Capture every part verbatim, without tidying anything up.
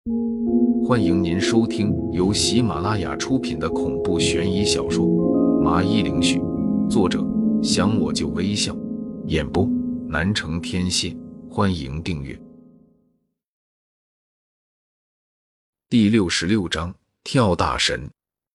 欢迎您收听由喜马拉雅出品的恐怖悬疑小说《麻衣灵絮》，作者想我就微笑，演播南城天蝎。欢迎订阅。第六十六章跳大神。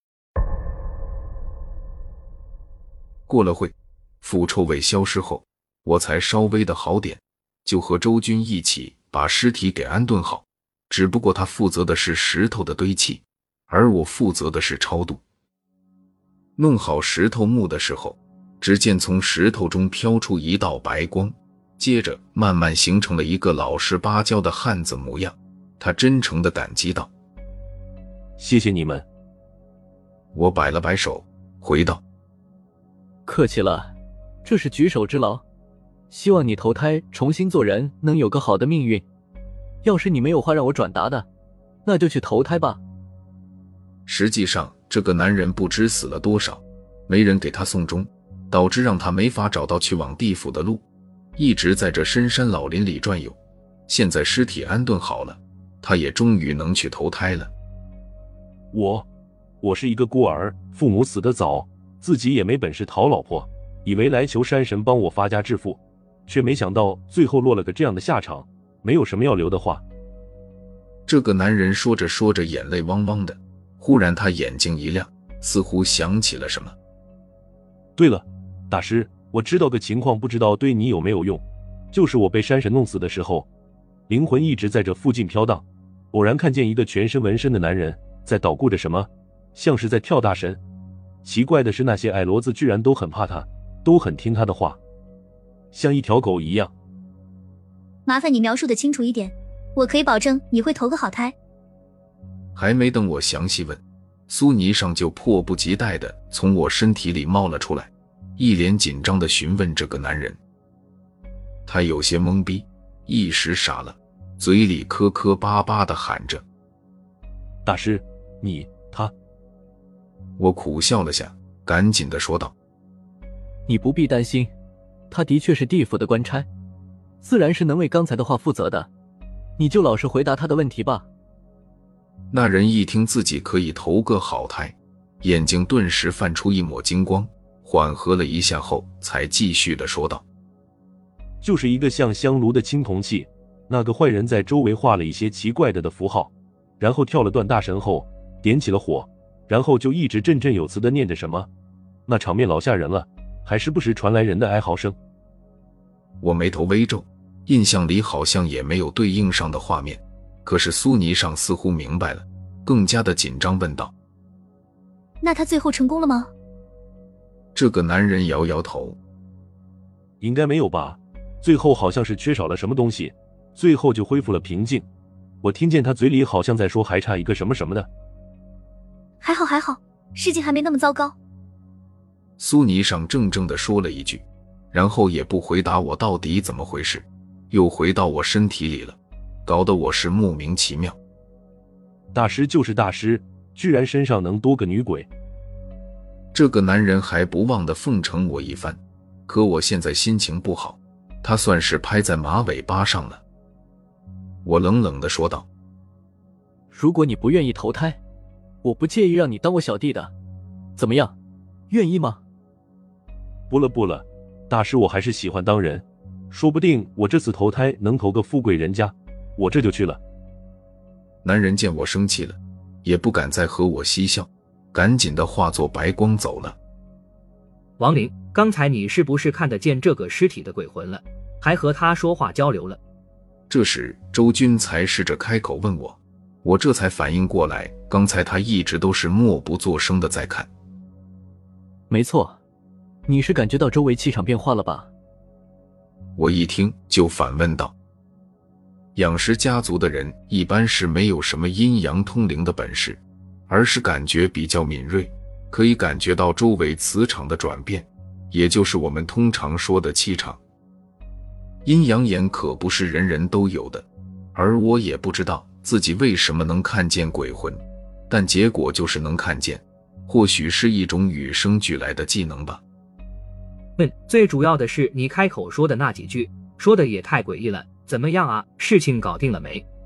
过了会，腐臭味消失后，我才稍微的好点，就和周军一起把尸体给安顿好。只不过他负责的是石头的堆砌，而我负责的是超度。弄好石头墓的时候，只见从石头中飘出一道白光，接着慢慢形成了一个老实巴交的汉子模样。他真诚地感激道： 谢谢你们。 我摆了摆手回道： 客气了，这是举手之劳，希望你投胎重新做人能有个好的命运。要是你没有话让我转达的，那就去投胎吧。 实际上这个男人不知死了多少，没人给他送终，导致让他没法找到去往地府的路，一直在这深山老林里转悠。现在尸体安顿好了，他也终于能去投胎了。 我我是一个孤儿，父母死得早，自己也没本事讨老婆，以为来求山神帮我发家致富，却没想到最后落了个这样的下场，没有什么要留的话。 这个男人说着说着眼泪汪汪的，忽然他眼睛一亮，似乎想起了什么。 对了，大师，我知道个情况，不知道对你有没有用。就是我被山神弄死的时候，灵魂一直在这附近飘荡，偶然看见一个全身纹身的男人在捣鼓着什么，像是在跳大神。奇怪的是，那些矮骡子居然都很怕他，都很听他的话，像一条狗一样。 麻烦你描述的清楚一点，我可以保证你会投个好胎。 还没等我详细问，苏霓上就迫不及待地从我身体里冒了出来，一脸紧张地询问这个男人。他有些懵逼，一时傻了，嘴里磕磕巴巴地喊着： 大师，你他。 我苦笑了下，赶紧地说道： 你不必担心，他的确是地府的官差，自然是能为刚才的话负责的，你就老实回答他的问题吧。 那人一听自己可以投个好胎，眼睛顿时泛出一抹金光，缓和了一下后才继续地说道： 就是一个像香炉的青铜器，那个坏人在周围画了一些奇怪的的符号，然后跳了段大神后点起了火，然后就一直振振有词地念着什么，那场面老吓人了，还时不时传来人的哀嚎声。 我眉头微皱，印象里好像也没有对应上的画面，可是苏霓上似乎明白了，更加的紧张问道： 那他最后成功了吗？ 这个男人摇摇头： 应该没有吧，最后好像是缺少了什么东西，最后就恢复了平静。我听见他嘴里好像在说还差一个什么什么的。 还好还好，事情还没那么糟糕。 苏霓上怔怔地说了一句，然后也不回答我到底怎么回事，又回到我身体里了，搞得我是莫名其妙。 大师就是大师，居然身上能多个女鬼。 这个男人还不忘地奉承我一番，可我现在心情不好，他算是拍在马尾巴上了。我冷冷地说道： 如果你不愿意投胎，我不介意让你当我小弟的，怎么样，愿意吗？ 不了不了，大师我还是喜欢当人，说不定我这次投胎能投个富贵人家，我这就去了。 男人见我生气了，也不敢再和我嬉笑，赶紧的化作白光走了。 王林，刚才你是不是看得见这个尸体的鬼魂了，还和他说话交流了？ 这时周军才试着开口问我，我这才反应过来，刚才他一直都是默不作声的在看。 没错，你是感觉到周围气场变化了吧？ 我一听就反问道：养尸家族的人一般是没有什么阴阳通灵的本事，而是感觉比较敏锐，可以感觉到周围磁场的转变，也就是我们通常说的气场。阴阳眼可不是人人都有的，而我也不知道自己为什么能看见鬼魂，但结果就是能看见，或许是一种与生俱来的技能吧。 问，最主要的是你开口说的那几句，说的也太诡异了，怎么样啊？事情搞定了没？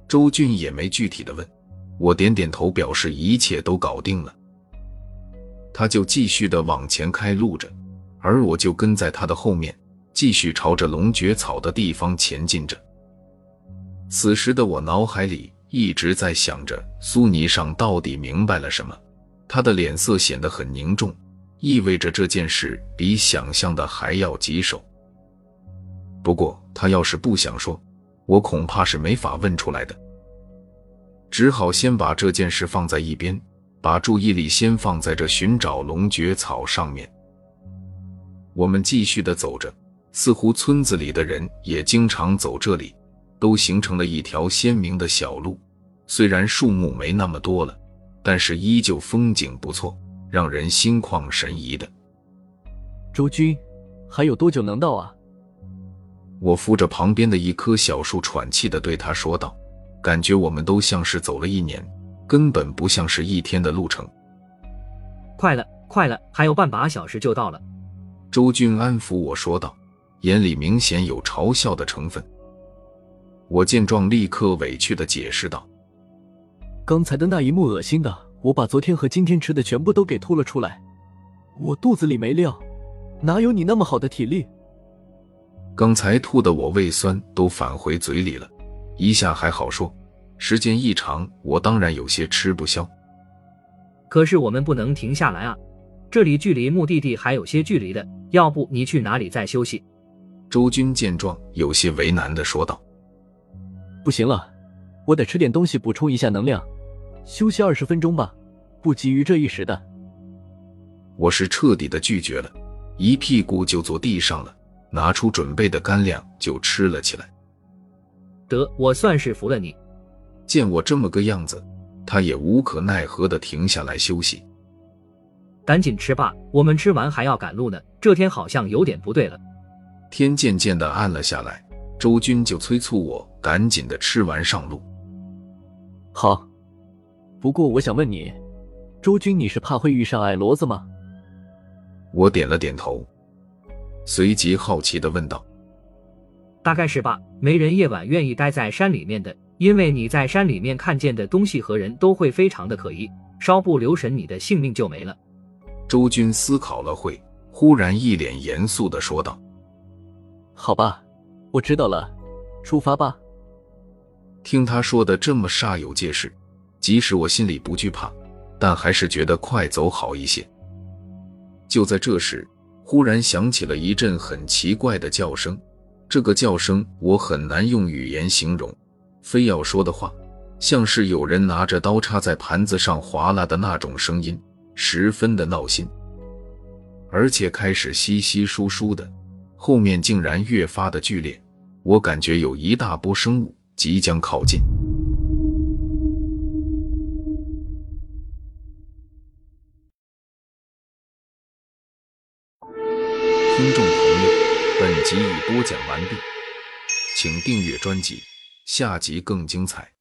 周俊也没具体的问，我点点头表示一切都搞定了。他就继续的往前开路着，而我就跟在他的后面，继续朝着龙蕨草的地方前进着。此时的我脑海里一直在想着苏霓裳到底明白了什么，他的脸色显得很凝重，意味着这件事比想象的还要棘手。不过他要是不想说，我恐怕是没法问出来的，只好先把这件事放在一边，把注意力先放在这寻找龙蕨草上面。我们继续地走着，似乎村子里的人也经常走这里，都形成了一条鲜明的小路。虽然树木没那么多了，但是依旧风景不错，让人心旷神怡的。 周军，还有多久能到啊？ 我扶着旁边的一棵小树喘气地对他说道，感觉我们都像是走了一年，根本不像是一天的路程。 快了，快了，还有半把小时就到了。 周军安抚我说道，眼里明显有嘲笑的成分。我见状立刻委屈地解释道， 刚才的那一幕恶心的，我把昨天和今天吃的全部都给吐了出来，我肚子里没料，哪有你那么好的体力。 刚才吐的我胃酸都返回嘴里了，一下还好说，时间一长我当然有些吃不消。 可是我们不能停下来啊，这里距离目的地还有些距离的，要不你去哪里再休息？ 周军见状有些为难地说道， 不行了，我得吃点东西补充一下能量，休息二十分钟吧，不急于这一时的。 我是彻底的拒绝了，一屁股就坐地上了，拿出准备的干粮就吃了起来。 得，我算是服了你。 见我这么个样子，他也无可奈何地停下来休息。 赶紧吃吧，我们吃完还要赶路呢，这天好像有点不对了。 天渐渐地暗了下来，周军就催促我赶紧地吃完上路。 好，不过我想问你，周军，你是怕会遇上矮骡子吗？ 我点了点头，随即好奇地问道， 大概是吧，没人夜晚愿意待在山里面的，因为你在山里面看见的东西和人都会非常的可疑，稍不留神你的性命就没了。 周军思考了会，忽然一脸严肃地说道， 好吧，我知道了，出发吧。 听他说的这么煞有介事，即使我心里不惧怕，但还是觉得快走好一些。就在这时，忽然响起了一阵很奇怪的叫声，这个叫声我很难用语言形容，非要说的话，像是有人拿着刀插在盘子上划拉的那种声音，十分的闹心，而且开始稀稀疏疏的，后面竟然越发的剧烈，我感觉有一大波生物即将靠近。听众朋友，本集已播讲完毕，请订阅专辑，下集更精彩。